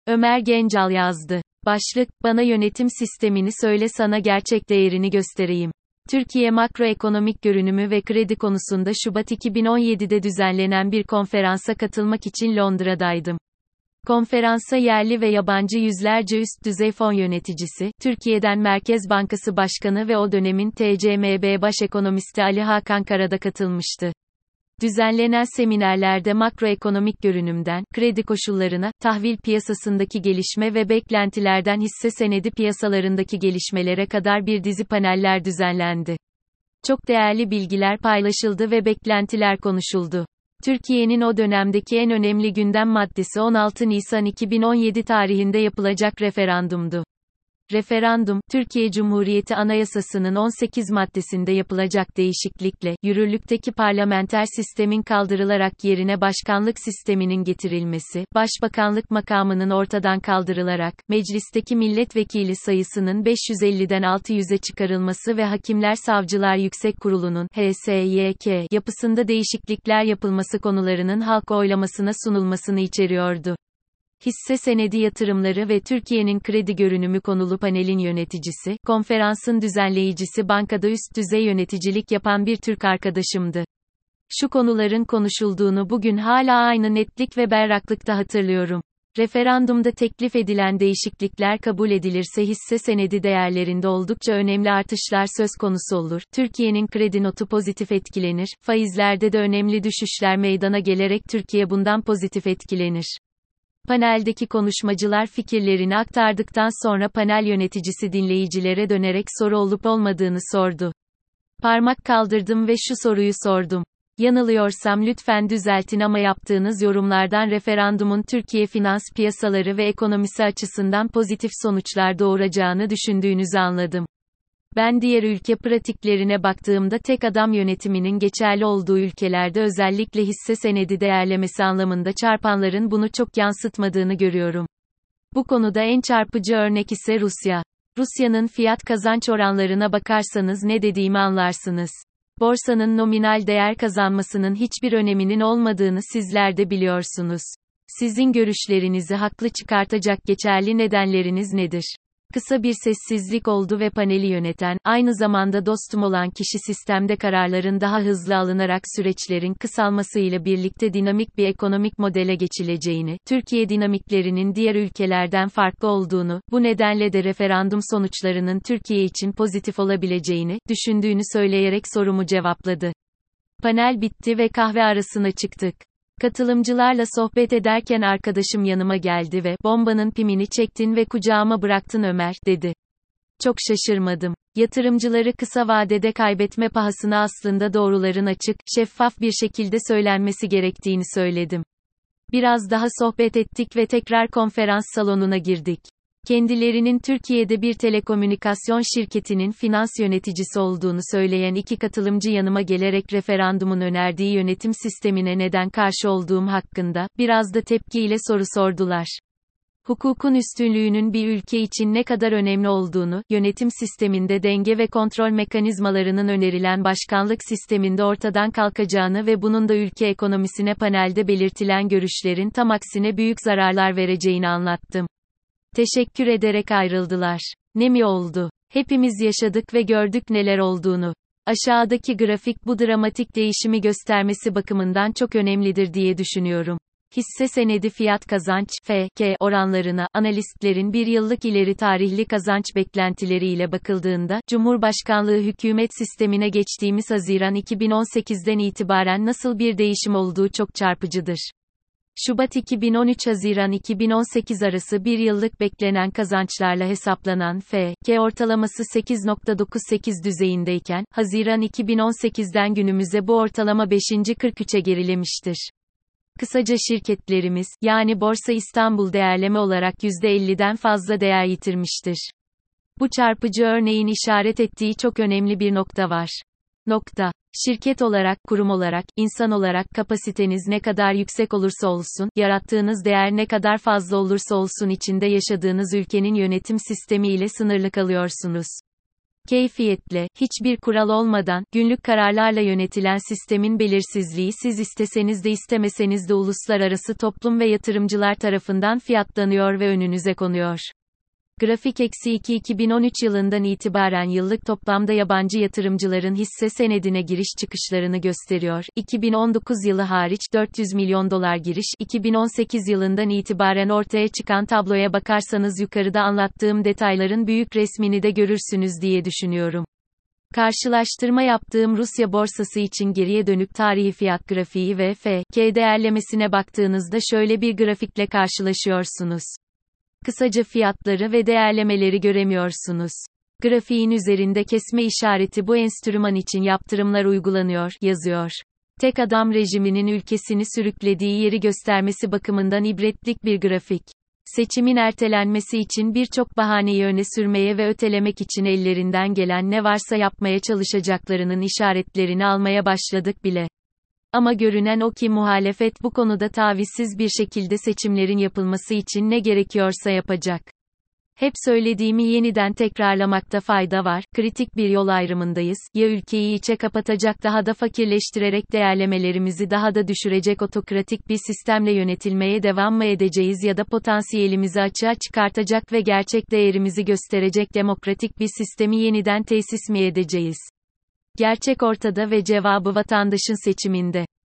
Ömer Gencal yazdı. Başlık, bana yönetim sistemini söyle sana gerçek değerini göstereyim. Türkiye makroekonomik görünümü ve kredi konusunda Şubat 2017'de düzenlenen bir konferansa katılmak için Londra'daydım. Konferansa yerli ve yabancı yüzlerce üst düzey fon yöneticisi, Türkiye'den Merkez Bankası Başkanı ve o dönemin TCMB Baş Ekonomisti Ali Hakan Kara da katılmıştı. Düzenlenen seminerlerde makroekonomik görünümden, kredi koşullarına, tahvil piyasasındaki gelişme ve beklentilerden hisse senedi piyasalarındaki gelişmelere kadar bir dizi paneller düzenlendi. Çok değerli bilgiler paylaşıldı ve beklentiler konuşuldu. Türkiye'nin o dönemdeki en önemli gündem maddesi 16 Nisan 2017 tarihinde yapılacak referandumdu. Referandum, Türkiye Cumhuriyeti Anayasası'nın 18 maddesinde yapılacak değişiklikle, yürürlükteki parlamenter sistemin kaldırılarak yerine başkanlık sisteminin getirilmesi, başbakanlık makamının ortadan kaldırılarak, meclisteki milletvekili sayısının 550'den 600'e çıkarılması ve Hakimler Savcılar Yüksek Kurulu'nun, HSYK, yapısında değişiklikler yapılması konularının halk oylamasına sunulmasını içeriyordu. Hisse senedi yatırımları ve Türkiye'nin kredi görünümü konulu panelin yöneticisi, konferansın düzenleyicisi bankada üst düzey yöneticilik yapan bir Türk arkadaşımdı. Şu konuların konuşulduğunu bugün hala aynı netlik ve berraklıkta hatırlıyorum. Referandumda teklif edilen değişiklikler kabul edilirse hisse senedi değerlerinde oldukça önemli artışlar söz konusu olur. Türkiye'nin kredi notu pozitif etkilenir, faizlerde de önemli düşüşler meydana gelerek Türkiye bundan pozitif etkilenir. Paneldeki konuşmacılar fikirlerini aktardıktan sonra panel yöneticisi dinleyicilere dönerek soru olup olmadığını sordu. Parmak kaldırdım ve şu soruyu sordum. Yanılıyorsam lütfen düzeltin ama yaptığınız yorumlardan referandumun Türkiye finans piyasaları ve ekonomisi açısından pozitif sonuçlar doğuracağını düşündüğünüzü anladım. Ben diğer ülke pratiklerine baktığımda tek adam yönetiminin geçerli olduğu ülkelerde özellikle hisse senedi değerlemesi anlamında çarpanların bunu çok yansıtmadığını görüyorum. Bu konuda en çarpıcı örnek ise Rusya. Rusya'nın fiyat kazanç oranlarına bakarsanız ne dediğimi anlarsınız. Borsanın nominal değer kazanmasının hiçbir öneminin olmadığını sizler de biliyorsunuz. Sizin görüşlerinizi haklı çıkartacak geçerli nedenleriniz nedir? Kısa bir sessizlik oldu ve paneli yöneten, aynı zamanda dostum olan kişi sistemde kararların daha hızlı alınarak süreçlerin kısalmasıyla birlikte dinamik bir ekonomik modele geçileceğini, Türkiye dinamiklerinin diğer ülkelerden farklı olduğunu, bu nedenle de referandum sonuçlarının Türkiye için pozitif olabileceğini düşündüğünü söyleyerek sorumu cevapladı. Panel bitti ve kahve arasına çıktık. Katılımcılarla sohbet ederken arkadaşım yanıma geldi ve "Bombanın pimini çektin ve kucağıma bıraktın Ömer," dedi. Çok şaşırmadım. Yatırımcıları kısa vadede kaybetme pahasına aslında doğruların açık, şeffaf bir şekilde söylenmesi gerektiğini söyledim. Biraz daha sohbet ettik ve tekrar konferans salonuna girdik. Kendilerinin Türkiye'de bir telekomünikasyon şirketinin finans yöneticisi olduğunu söyleyen iki katılımcı yanıma gelerek referandumun önerdiği yönetim sistemine neden karşı olduğum hakkında, biraz da tepkiyle soru sordular. Hukukun üstünlüğünün bir ülke için ne kadar önemli olduğunu, yönetim sisteminde denge ve kontrol mekanizmalarının önerilen başkanlık sisteminde ortadan kalkacağını ve bunun da ülke ekonomisine panelde belirtilen görüşlerin tam aksine büyük zararlar vereceğini anlattım. Teşekkür ederek ayrıldılar. Ne mi oldu? Hepimiz yaşadık ve gördük neler olduğunu. Aşağıdaki grafik bu dramatik değişimi göstermesi bakımından çok önemlidir diye düşünüyorum. Hisse senedi fiyat kazanç (FK) oranlarına, analistlerin bir yıllık ileri tarihli kazanç beklentileriyle bakıldığında, Cumhurbaşkanlığı hükümet sistemine geçtiğimiz Haziran 2018'den itibaren nasıl bir değişim olduğu çok çarpıcıdır. Şubat 2013-Haziran 2018 arası bir yıllık beklenen kazançlarla hesaplanan FK ortalaması 8,98 düzeyindeyken, Haziran 2018'den günümüze bu ortalama 5,43'e gerilemiştir. Kısaca şirketlerimiz, yani Borsa İstanbul değerleme olarak %50'den fazla değer yitirmiştir. Bu çarpıcı örneğin işaret ettiği çok önemli bir nokta var. Şirket olarak, kurum olarak, insan olarak kapasiteniz ne kadar yüksek olursa olsun, yarattığınız değer ne kadar fazla olursa olsun içinde yaşadığınız ülkenin yönetim sistemi ile sınırlı kalıyorsunuz. Keyfiyetle, hiçbir kural olmadan, günlük kararlarla yönetilen sistemin belirsizliği siz isteseniz de istemeseniz de uluslararası toplum ve yatırımcılar tarafından fiyatlanıyor ve önünüze konuyor. Grafik -2 2013 yılından itibaren yıllık toplamda yabancı yatırımcıların hisse senedine giriş çıkışlarını gösteriyor. 2019 yılı hariç 400 milyon dolar giriş, 2018 yılından itibaren ortaya çıkan tabloya bakarsanız yukarıda anlattığım detayların büyük resmini de görürsünüz diye düşünüyorum. Karşılaştırma yaptığım Rusya borsası için geriye dönük tarihi fiyat grafiği ve F.K. değerlemesine baktığınızda şöyle bir grafikle karşılaşıyorsunuz. Kısaca fiyatları ve değerlemeleri göremiyorsunuz. Grafiğin üzerinde kesme işareti bu enstrüman için yaptırımlar uygulanıyor, yazıyor. Tek adam rejiminin ülkesini sürüklediği yeri göstermesi bakımından ibretlik bir grafik. Seçimin ertelenmesi için birçok bahaneyi öne sürmeye ve ötelemek için ellerinden gelen ne varsa yapmaya çalışacaklarının işaretlerini almaya başladık bile. Ama görünen o ki muhalefet bu konuda tavizsiz bir şekilde seçimlerin yapılması için ne gerekiyorsa yapacak. Hep söylediğimi yeniden tekrarlamakta fayda var, kritik bir yol ayrımındayız, ya ülkeyi içe kapatacak daha da fakirleştirerek değerlemelerimizi daha da düşürecek otokratik bir sistemle yönetilmeye devam mı edeceğiz ya da potansiyelimizi açığa çıkartacak ve gerçek değerimizi gösterecek demokratik bir sistemi yeniden tesis mi edeceğiz? Gerçek ortada ve cevabı vatandaşın seçiminde.